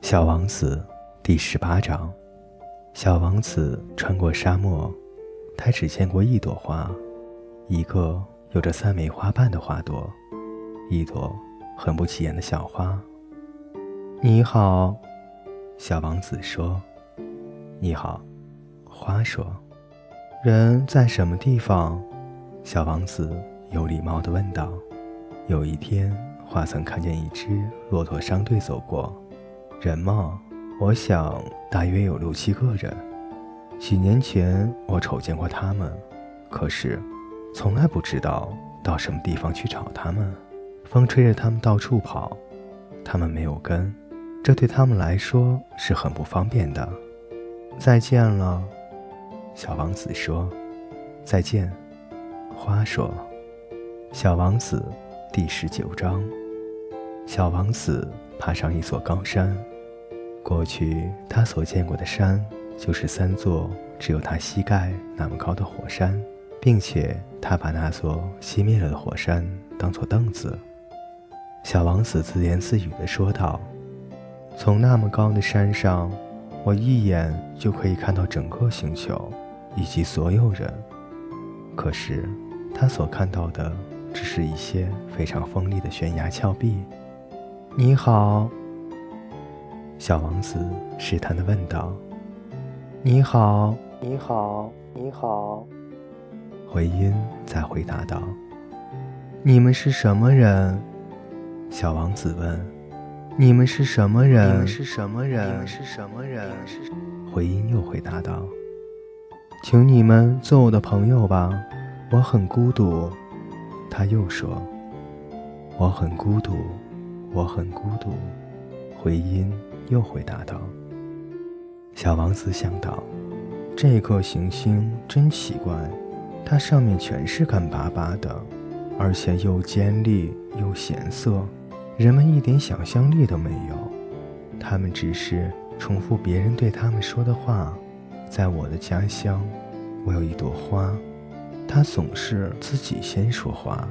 小王子第18章。小王子穿过沙漠，他只见过一朵花，一个有着3枚花瓣的花朵，一朵很不起眼的小花。你好，小王子说。你好，花说。人在什么地方？小王子有礼貌地问道。有一天，花曾看见一只骆驼商队走过。人吗？我想大约有6、7个人。几年前我瞅见过他们，可是从来不知道到什么地方去找他们。风吹着他们到处跑，他们没有根，这对他们来说是很不方便的。再见了，小王子说。再见，花说。小王子第19章。小王子爬上一座高山，过去他所见过的山就是3座只有他膝盖那么高的火山，并且他把那座熄灭了的火山当作凳子。小王子自言自语地说道，从那么高的山上，我一眼就可以看到整个星球以及所有人，可是他所看到的只是一些非常锋利的悬崖峭壁。你好，小王子试探地问道。你好，你好，你好，回音在回答道。你们是什么人？小王子问。你们是什么人？你们是什么人？你们是什么人？回音又回答道。请你们做我的朋友吧，我很孤独。他又说。我很孤独，我很孤独。回音又回答道。小王子想到，这颗行星真奇怪，它上面全是干巴巴的，而且又尖利又咸涩，人们一点想象力都没有。他们只是重复别人对他们说的话。在我的家乡，我有一朵花，它总是自己先说话。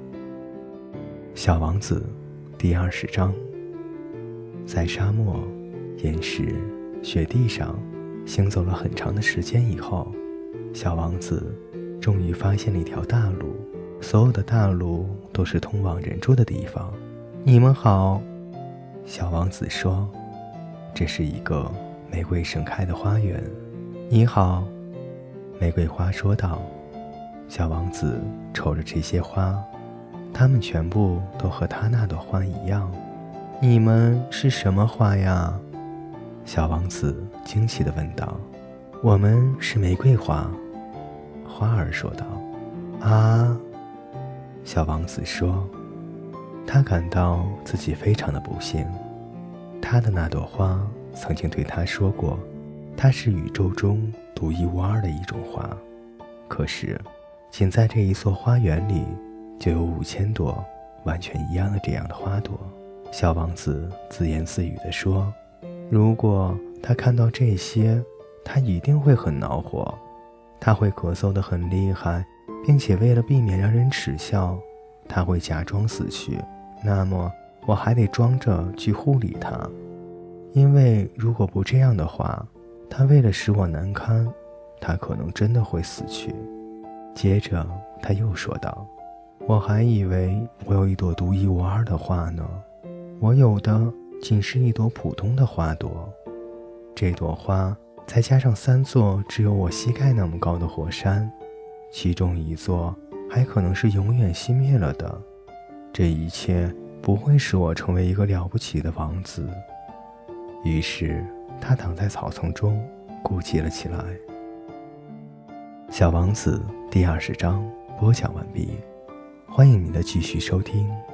小王子第20章。在沙漠、岩石、雪地上行走了很长的时间以后，小王子终于发现了一条大路，所有的大路都是通往人住的地方。你们好，小王子说。这是一个玫瑰盛开的花园。你好，玫瑰花说道。小王子瞅着这些花，它们全部都和他那朵花一样。你们是什么花呀？小王子惊奇地问道。我们是玫瑰花，花儿说道。啊，小王子说。他感到自己非常的不幸。他的那朵花曾经对他说过，它是宇宙中独一无二的一种花。可是仅在这一座花园里，就有5000朵完全一样的这样的花朵。小王子自言自语地说，如果他看到这些，他一定会很恼火，他会咳嗽得很厉害，并且为了避免让人耻笑，他会假装死去。那么我还得装着去护理他，因为如果不这样的话，他为了使我难堪，他可能真的会死去。接着他又说道，我还以为我有一朵独一无二的花呢，我有的仅是一朵普通的花朵。这朵花再加上3座只有我膝盖那么高的火山，其中一座还可能是永远熄灭了的。这一切不会使我成为一个了不起的王子。于是他躺在草丛中哭泣了起来。小王子第20章播讲完毕，欢迎您的继续收听。